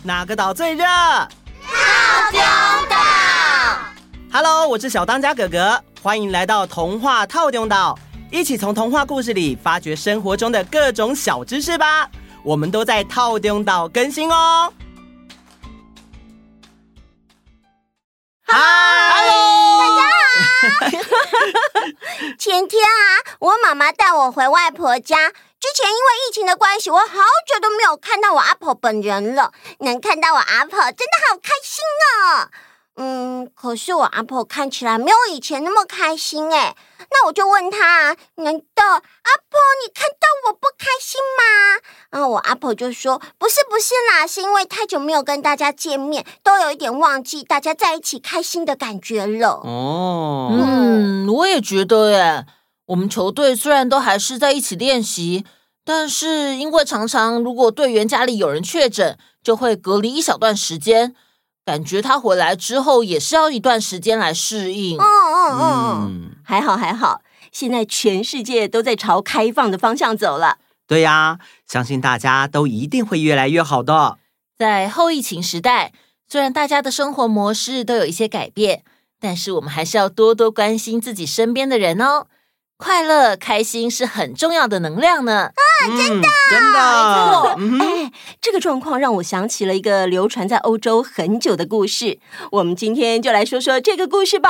哪个岛最热？ 套丁岛。 Hello， 我是小当家哥哥，欢迎来到童话套丁岛，一起从童话故事里发掘生活中的各种小知识吧。我们都在套丁岛更新哦。 嗨 ，Hello， 大家好。前天我妈妈带我回外婆家。之前因为疫情的关系，我好久都没有看到我阿婆本人了。能看到我阿婆，真的好开心哦。可是我阿婆看起来没有以前那么开心哎。那我就问她，难道阿婆你看到我不开心吗？我阿婆就说不是啦，是因为太久没有跟大家见面，都有一点忘记大家在一起开心的感觉了。 我也觉得耶。我们球队虽然都还是在一起练习，但是因为常常如果队员家里有人确诊，就会隔离一小段时间，感觉他回来之后也是要一段时间来适应。 还好，现在全世界都在朝开放的方向走了。 对呀，相信大家都一定会越来越好的。 在后疫情时代，虽然大家的生活模式都有一些改变，但是我们还是要多多关心自己身边的人哦。快乐、开心是很重要的能量呢。 真的， 这个状况让我想起了一个流传在欧洲很久的故事。我们今天就来说说这个故事吧。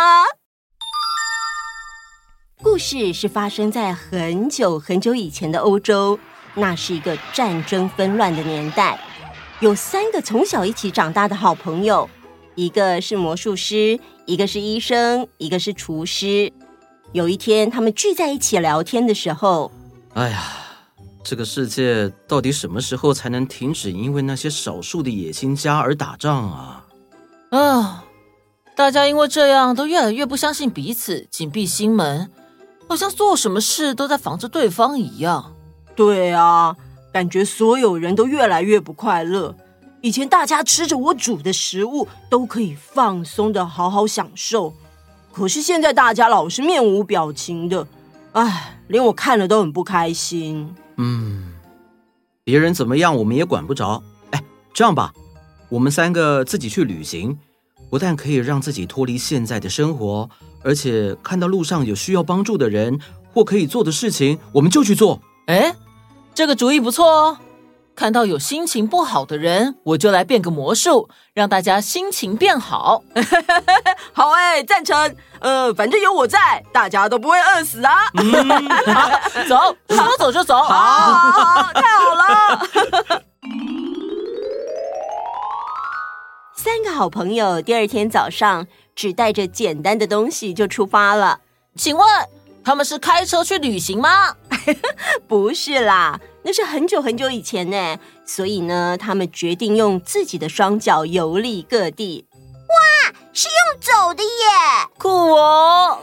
故事是发生在很久很久以前的欧洲，那是一个战争纷乱的年代。有3个从小一起长大的好朋友，一个是魔术师，一个是医生，一个是厨师。有一天他们聚在一起聊天的时候， 哎呀，这个世界到底什么时候才能停止因为那些少数的野心家而打仗啊？ 大家因为这样都越来越不相信彼此，紧闭心门，好像做什么事都在防着对方一样。 对啊，感觉所有人都越来越不快乐。以前大家吃着我煮的食物都可以放松的好好享受，可是现在大家老是面无表情的，连我看了都很不开心。 别人怎么样我们也管不着。这样吧，我们3个自己去旅行，不但可以让自己脱离现在的生活，而且看到路上有需要帮助的人或可以做的事情，我们就去做。 这个主意不错哦。看到有心情不好的人，我就来变个魔术，让大家心情变好。 好赞成。反正有我在，大家都不会饿死啊。 走，说走就走。 好，太好了。3个好朋友第2天早上只带着简单的东西就出发了。 请问他们是开车去旅行吗？ 不是啦，那是很久很久以前呢。所以呢，他们决定用自己的双脚游历各地。 哇，是用走的耶！ 酷哦！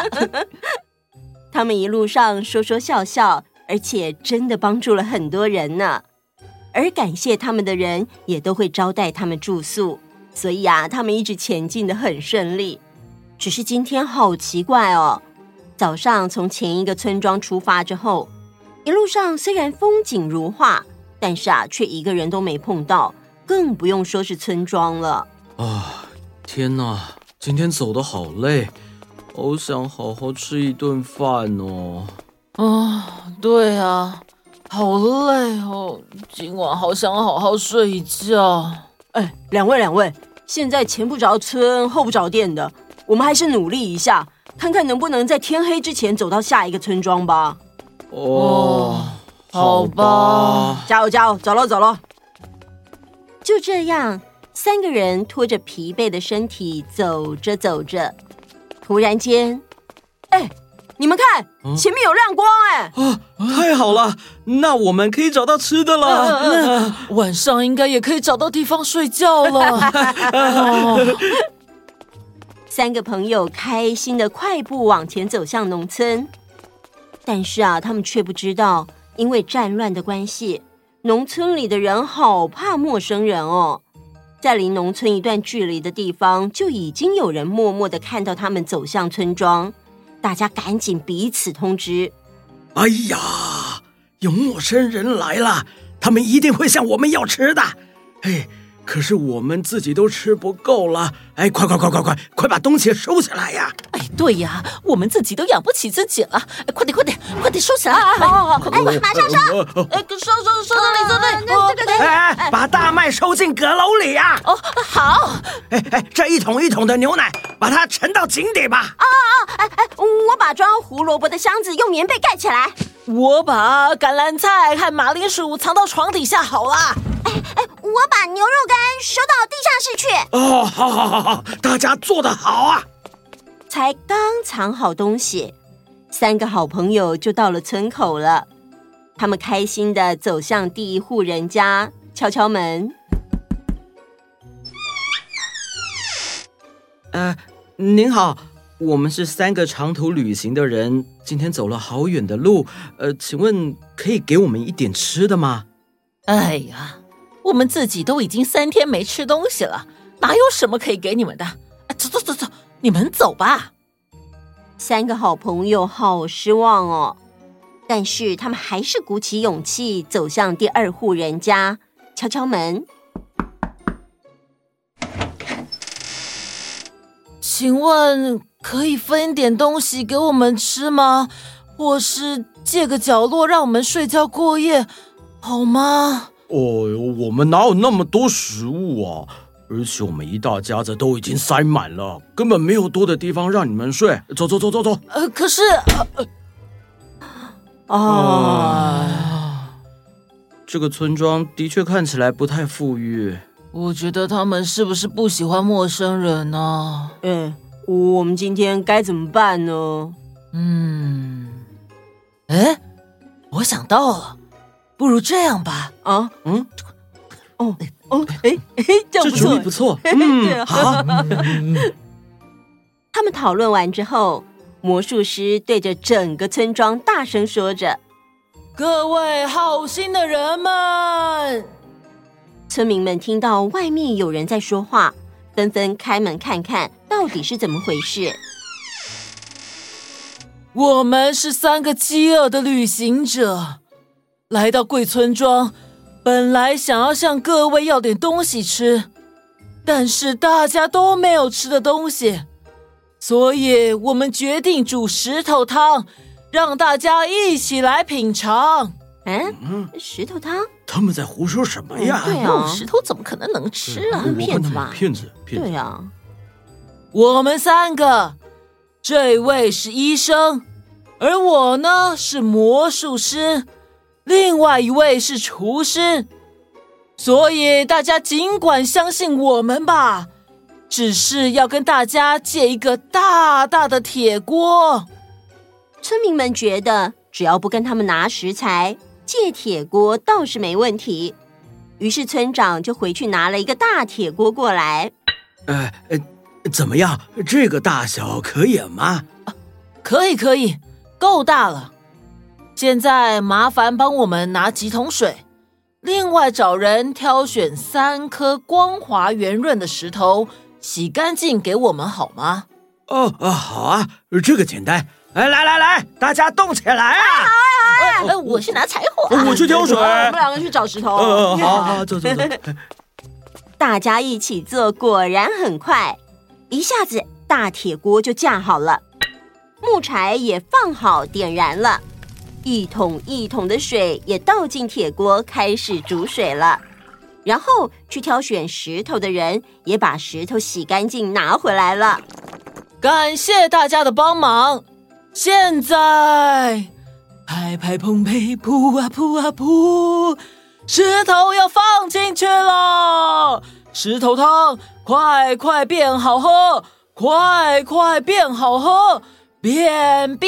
他们一路上说说笑笑，而且真的帮助了很多人呢。而感谢他们的人也都会招待他们住宿，所以他们一直前进得很顺利。只是今天好奇怪哦。早上从前一个村庄出发之后，一路上虽然风景如画，但是却一个人都没碰到，更不用说是村庄了。 天哪，今天走得好累，好想好好吃一顿饭哦。 对啊，好累哦，今晚好想好好睡一觉。 两位，现在前不着村后不着店的，我们还是努力一下，看看能不能在天黑之前走到下一个村庄吧。 好吧， 加油，走了。就这样，3个人拖着疲惫的身体走着，突然间，你们看，前面有亮光太好了，那我们可以找到吃的了。 晚上应该也可以找到地方睡觉了。 3个朋友开心的快步往前走向农村，但是他们却不知道，因为战乱的关系，农村里的人好怕陌生人哦。在离农村一段距离的地方，就已经有人默默的看到他们走向村庄，大家赶紧彼此通知。 哎呀，有陌生人来了，他们一定会向我们要吃的。 可是我们自己都吃不够了。哎，快把东西收起来呀！ 哎，对呀，我们自己都养不起自己了，快点收起来！ 好，马上收！ 收那里。 哎，把大麦收进阁楼里呀！ 哦，好。 哎，这一桶一桶的牛奶，把它盛到井底吧。 我把装胡萝卜的箱子用棉被盖起来。 我把橄榄菜和马铃薯藏到床底下好了。 我把牛肉干收到地下室去。 哦，好，大家做得好啊！ 才刚藏好东西，3个好朋友就到了村口了。他们开心地走向第一户人家，敲敲门。 您好，我们是3个长途旅行的人，今天走了好远的路，请问可以给我们一点吃的吗？ 哎呀，我们自己都已经3天没吃东西了，哪有什么可以给你们的？走，你们走吧。 3个好朋友好失望哦，但是他们还是鼓起勇气走向第2户人家，敲敲门。 请问可以分点东西给我们吃吗？或是借个角落让我们睡觉过夜，好吗？ 我们哪有那么多食物啊？而且我们一大家子都已经塞满了，根本没有多的地方让你们睡。走。 可是这个村庄的确看起来不太富裕。 我觉得他们是不是不喜欢陌生人呢？ 我们今天该怎么办呢？ 我想到了，不如这样吧。 这样不错， 这主意不错。好。 他们讨论完之后，魔术师对着整个村庄大声说着：“ 各位好心的人们！” 村民们听到外面有人在说话，纷纷开门看看到底是怎么回事。 我们是3个饥饿的旅行者，来到贵村庄，本来想要向各位要点东西吃，但是大家都没有吃的东西，所以我们决定煮石头汤，让大家一起来品尝。 石头汤？ 他们在胡说什么呀？ 对啊， 石头怎么可能能吃啊？ 骗子吧？ 骗子。 对啊， 我们3个，这位是医生，而我呢是魔术师，另外一位是厨师，所以大家尽管相信我们吧，只是要跟大家借一个大大的铁锅。 村民们觉得只要不跟他们拿食材，借铁锅倒是没问题，于是村长就回去拿了一个大铁锅过来。 怎么样？这个大小可以吗？ 可以，够大了。现在麻烦帮我们拿几桶水，另外找人挑选3颗光滑圆润的石头，洗干净给我们好吗？ 好啊，这个简单。来，大家动起来啊！ 我去拿柴火， 我去挑水，我们2个去找石头。 好，走。 大家一起做，果然很快，一下子大铁锅就架好了，木柴也放好点燃了，一桶一桶的水也倒进铁锅，开始煮水了。然后去挑选石头的人也把石头洗干净拿回来了。 感谢大家的帮忙。现在拍拍碰呸，扑啊扑啊扑，石头要放进去了。石头汤快变好喝，快变好喝，变！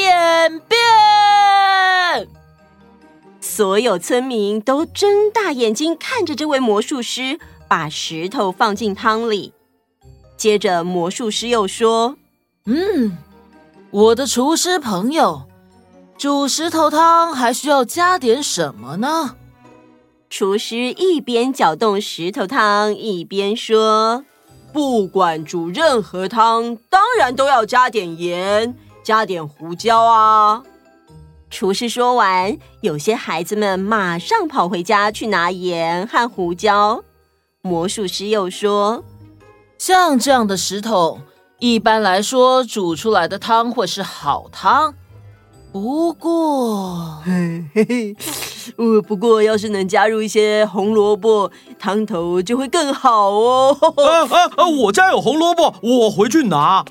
所有村民都睁大眼睛看着这位魔术师把石头放进汤里。接着魔术师又说： 我的厨师朋友，煮石头汤还需要加点什么呢？ 厨师一边搅动石头汤，一边说：不管煮任何汤，当然都要加点盐，加点胡椒啊。厨师说完，有些孩子们马上跑回家去拿盐和胡椒。 魔术师又说， 像这样的石头，一般来说煮出来的汤会是好汤。不过， 不过要是能加入一些红萝卜，汤头就会更好哦。 我家有红萝卜，我回去拿。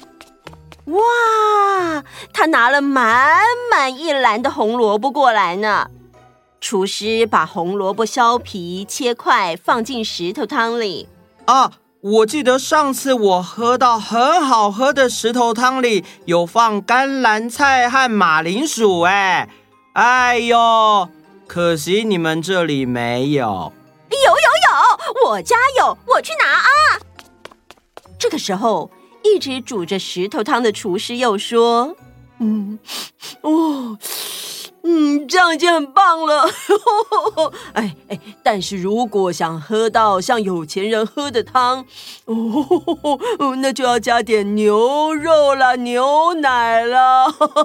哇，他拿了满满一篮的红萝卜过来呢。厨师把红萝卜削皮切块，放进石头汤里。 我记得上次我喝到很好喝的石头汤里有放甘蓝菜和马铃薯，哎呦，可惜你们这里没有。 有，我家有，我去拿啊。这个时候，一直煮着石头汤的厨师又说，这样已经很棒了。但是如果想喝到像有钱人喝的汤，那就要加点牛肉啦、牛奶啦。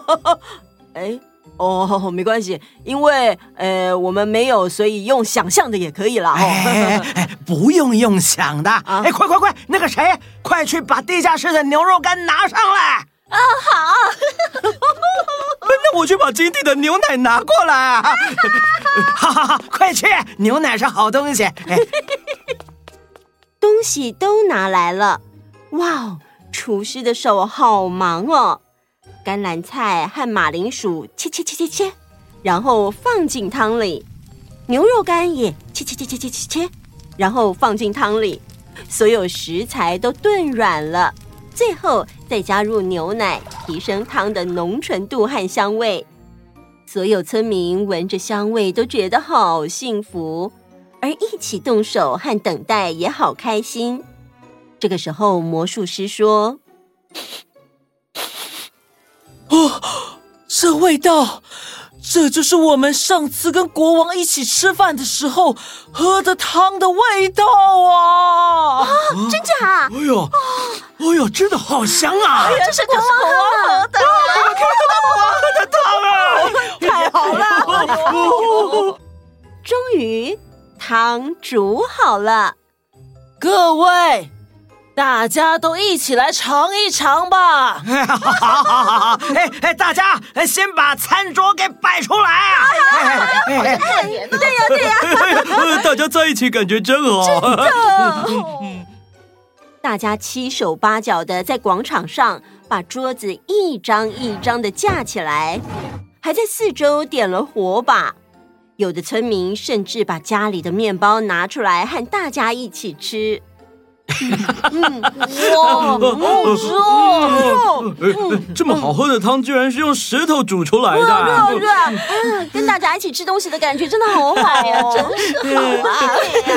没关系，因为我们没有，所以用想象的也可以啦。 不用想的。快，那个谁，快去把地下室的牛肉干拿上来。 好。 那我去把金地的牛奶拿过来啊！好，快去，牛奶是好东西。 东西都拿来了，哇，厨师的手好忙哦。甘蓝菜和马铃薯切，然后放进汤里。牛肉干也切，然后放进汤里。所有食材都炖软了，最后再加入牛奶，提升汤的浓醇度和香味。所有村民闻着香味都觉得好幸福，而一起动手和等待也好开心。这个时候，魔术师说， 这味道，这就是我们上次跟国王一起吃饭的时候喝的汤的味道啊！ 真假？ 哎呦，真的好香啊！ 这是国王喝的， 国王喝的汤啊！ 太好了！终于，汤煮好了。 各位，大家都一起来尝一尝吧！ 好，大家先把餐桌给摆出来啊！ 对呀， 大家在一起感觉真好。 大家七手八脚的在广场上把桌子一张一张的架起来，还在四周点了火把。有的村民甚至把家里的面包拿出来和大家一起吃。 哇，好吃哦！ 这么好喝的汤居然是用石头煮出来的。 对，跟大家一起吃东西的感觉真的好好呀，真是好啊！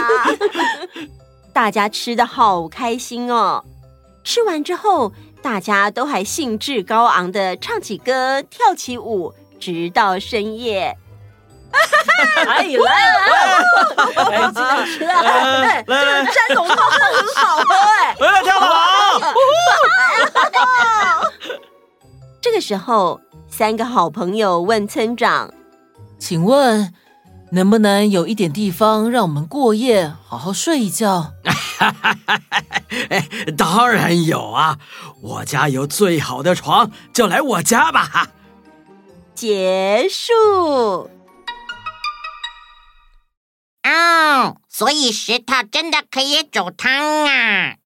大家吃得好开心哦。吃完之后，大家都还兴致高昂的唱起歌，跳起舞，直到深夜。 来，尽量吃啊！ 这个詹龙汤真的很好喝来跳好！ 这个时候，三个好朋友问村长：“ 请问，能不能有一点地方让我们过夜，好好睡一觉？” 当然有啊！我家有最好的床，就来我家吧。 结束。 所以石头真的可以煮汤啊！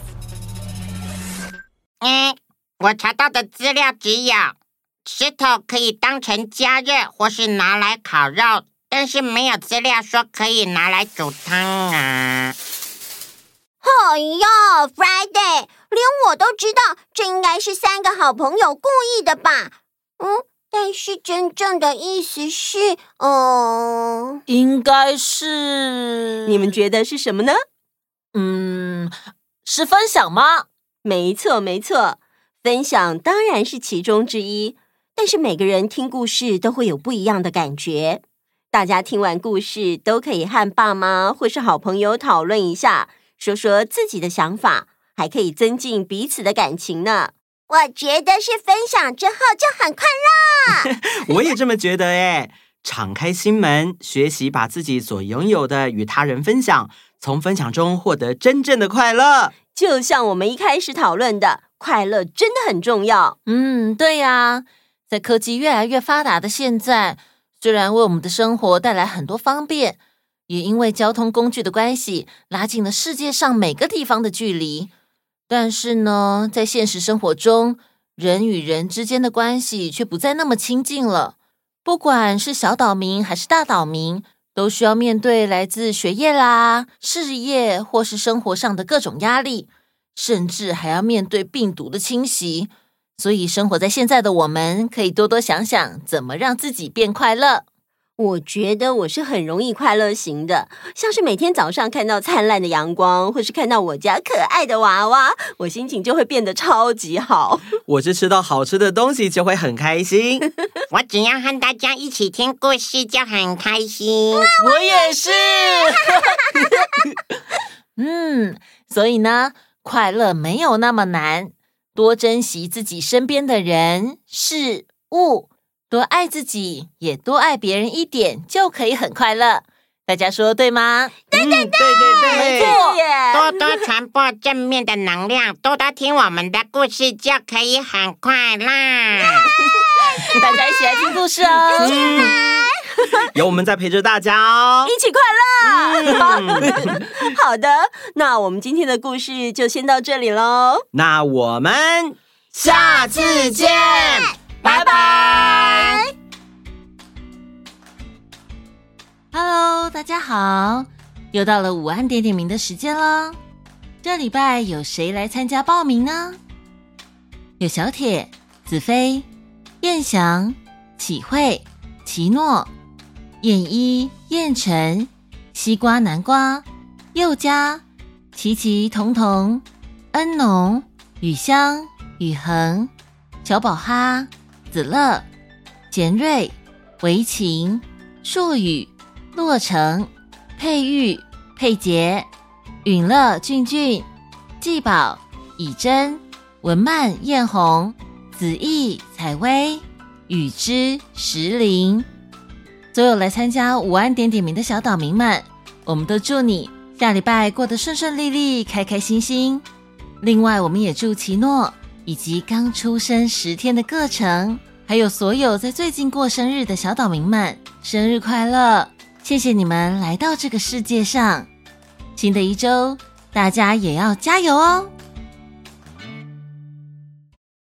我查到的资料只有石头可以当成加热或是拿来烤肉，但是没有资料说可以拿来煮汤啊！哎呦 ，Friday， 连我都知道，这应该是三个好朋友故意的吧？但是真正的意思是， 应该是…… 你们觉得是什么呢？ 是分享吗？ 没错，分享当然是其中之一。但是每个人听故事都会有不一样的感觉。大家听完故事都可以和爸妈或是好朋友讨论一下，说说自己的想法，还可以增进彼此的感情呢。 我觉得是分享之后就很快乐。 我也这么觉得耶。敞开心门，学习把自己所拥有的与他人分享， 从分享中获得真正的快乐。 就像我们一开始讨论的，快乐真的很重要。 对呀，在科技越来越发达的现在，虽然为我们的生活带来很多方便，也因为交通工具的关系，拉近了世界上每个地方的距离。但是呢，在现实生活中，人与人之间的关系却不再那么亲近了。不管是小岛民还是大岛民，都需要面对来自学业啦、事业或是生活上的各种压力，甚至还要面对病毒的侵袭。所以生活在现在的我们，可以多多想想怎么让自己变快乐。 我觉得我是很容易快乐型的，像是每天早上看到灿烂的阳光，或是看到我家可爱的娃娃，我心情就会变得超级好。 我是吃到好吃的东西就会很开心。 我只要和大家一起听故事就很开心。 我也是。所以呢，快乐没有那么难，多珍惜自己身边的人事物，多爱自己，也多爱别人一点，就可以很快乐。大家说对吗？ 对， 没错耶！ 多多传播正面的能量，多多听我们的故事就可以很快乐。 大家一起来听故事哦。 有我们在陪着大家哦， 一起快乐。好的，那我们今天的故事就先到这里咯。 那我们下次见， 拜拜。 Hello， 大家好，又到了午安点点名的时间了。这礼拜有谁来参加报名呢？有小铁、子飞、燕翔、启慧、奇诺、燕一、燕晨、西瓜、南瓜、佑嘉、琪琪、彤彤、恩农、雨香、雨恒、小宝哈、子乐、简瑞、维琴、硕宇、洛成、佩玉、佩杰、允乐、俊俊、季宝、以真、文曼、艳红、子毅、采薇、雨之、石林，所有来参加午安点点名的小岛民们，我们都祝你下礼拜过得顺顺利利，开开心心。另外，我们也祝奇诺以及刚出生10天的各成，还有所有在最近过生日的小岛民们，生日快乐！谢谢你们来到这个世界上。新的一周，大家也要加油哦！